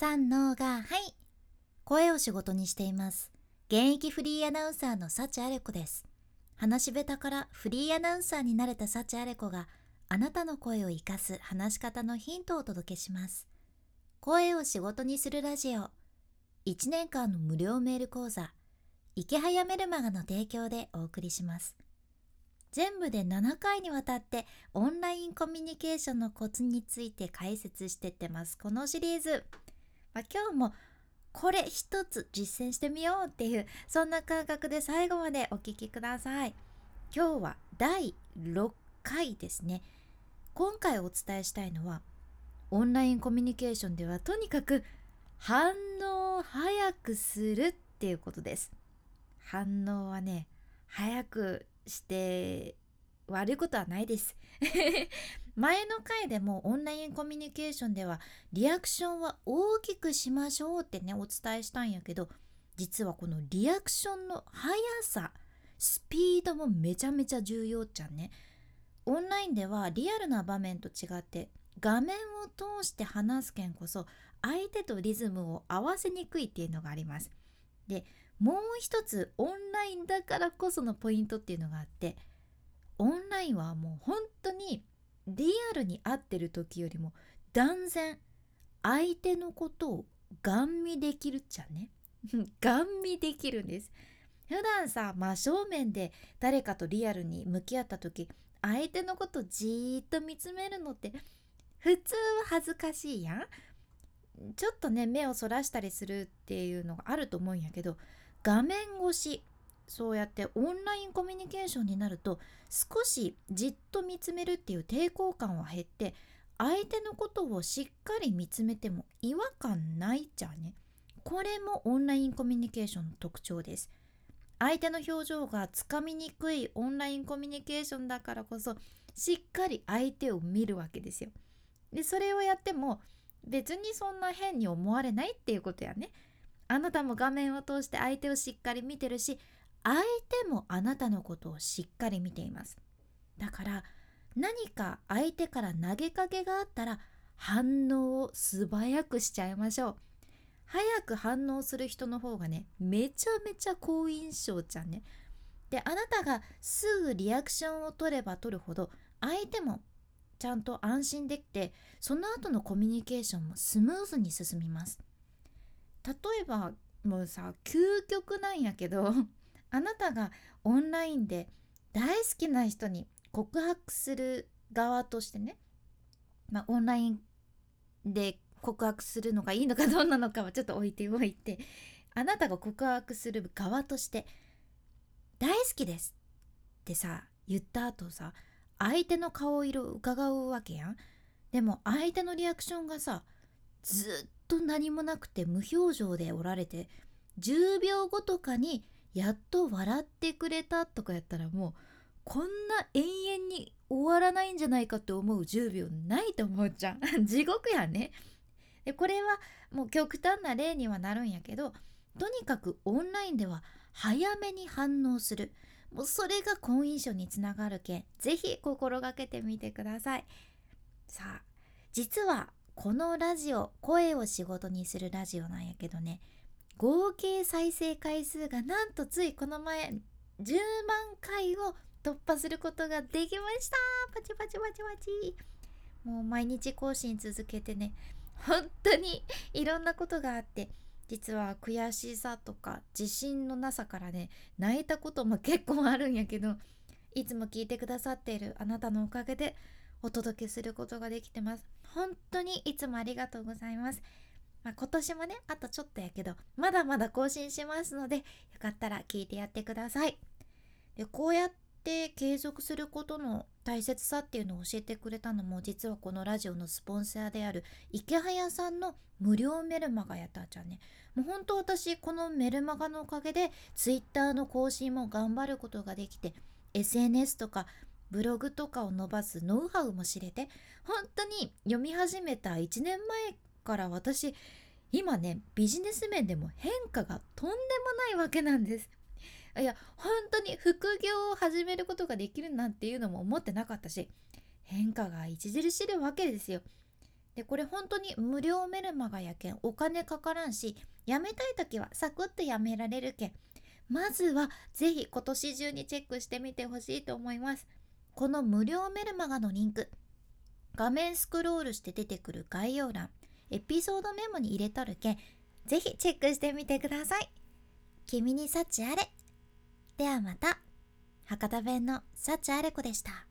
三のが声を仕事にしています。現役フリーアナウンサーの幸あれ子です。話し下手からフリーアナウンサーになれた幸あれ子があなたの声を生かす話し方のヒントをお届けします。声を仕事にするラジオ、1年間の無料メール講座、池早メルマガの提供でお送りします。全部で7回にわたってオンラインコミュニケーションのコツについて解説してってます。このシリーズ、今日もこれ一つ実践してみようっていう、そんな感覚で最後までお聞きください。今日は第6回ですね。今回お伝えしたいのは、オンラインコミュニケーションではとにかく反応を早くするっていうことです。反応はね、早くして悪いことはないです前の回でもオンラインコミュニケーションではリアクションは大きくしましょうってねお伝えしたんやけど、実はこのリアクションの速さ、スピードもめちゃめちゃ重要っちゃね。オンラインではリアルな場面と違って画面を通して話すけんこそ相手とリズムを合わせにくいっていうのがあります。で、もう一つオンラインだからこそのポイントっていうのがあって、オンラインはもう本当にリアルに会ってる時よりも断然相手のことをガン見できるっちゃねガン見できるんです。普段さ、真正面で誰かとリアルに向き合った時、相手のことじーっと見つめるのって普通は恥ずかしいやん。ちょっとね目をそらしたりするっていうのがあると思うんやけど、画面越し、そうやってオンラインコミュニケーションになると少しじっと見つめるっていう抵抗感は減って、相手のことをしっかり見つめても違和感ないっちゃね。これもオンラインコミュニケーションの特徴です。相手の表情がつかみにくいオンラインコミュニケーションだからこそ、しっかり相手を見るわけですよ。で、それをやっても別にそんな変に思われないっていうことやね。あなたも画面を通して相手をしっかり見てるし、相手もあなたのことをしっかり見ています。だから何か相手から投げかけがあったら反応を素早くしちゃいましょう。早く反応する人の方がね、めちゃめちゃ好印象じゃんね。で、あなたがすぐリアクションを取れば取るほど相手もちゃんと安心できて、その後のコミュニケーションもスムーズに進みます。例えばもうさ、究極なんやけどあなたがオンラインで大好きな人に告白する側としてね、オンラインで告白するのがいいのかどうなのかはちょっと置いておいて、あなたが告白する側として大好きですってさ言った後さ、相手の顔色を伺うわけやん。でも相手のリアクションがさ、ずっと何もなくて無表情でおられて、10秒後とかにやっと笑ってくれたとかやったら、もうこんな永遠に終わらないんじゃないかって思う10秒ないと思うじゃん地獄やね。で、これはもう極端な例にはなるんやけど、とにかくオンラインでは早めに反応する、もうそれが好印象につながるけん、ぜひ心がけてみてください。さあ、実はこのラジオ、声を仕事にするラジオなんやけどね、合計再生回数がなんとついこの前10万回を突破することができました。パチパチパチパチ。もう毎日更新続けてね、本当にいろんなことがあって、実は悔しさとか自信のなさからね、泣いたことも結構あるんやけど、いつも聞いてくださっているあなたのおかげでお届けすることができてます。本当にいつもありがとうございます。今年もね、あとちょっとやけどまだまだ更新しますので、よかったら聞いてやってください。で、こうやって継続することの大切さっていうのを教えてくれたのも、実はこのラジオのスポンサーである池早さんの無料メルマガやったじゃんね。もう本当私このメルマガのおかげでツイッターの更新も頑張ることができて、 SNS とかブログとかを伸ばすノウハウも知れて、本当に読み始めた1年前から私今ね、ビジネス面でも変化がとんでもないわけなんです。いや、本当に副業を始めることができるなんていうのも思ってなかったし、変化が著しいわけですよ。 でこれ本当に無料メルマガやけんお金かからんし、やめたい時はサクッとやめられるけん、まずはぜひ今年中にチェックしてみてほしいと思います。この無料メルマガのリンク、画面スクロールして出てくる概要欄、エピソードメモに入れとるけん、ぜひチェックしてみてください。君に幸あれ。ではまた。博多弁の幸あれ子でした。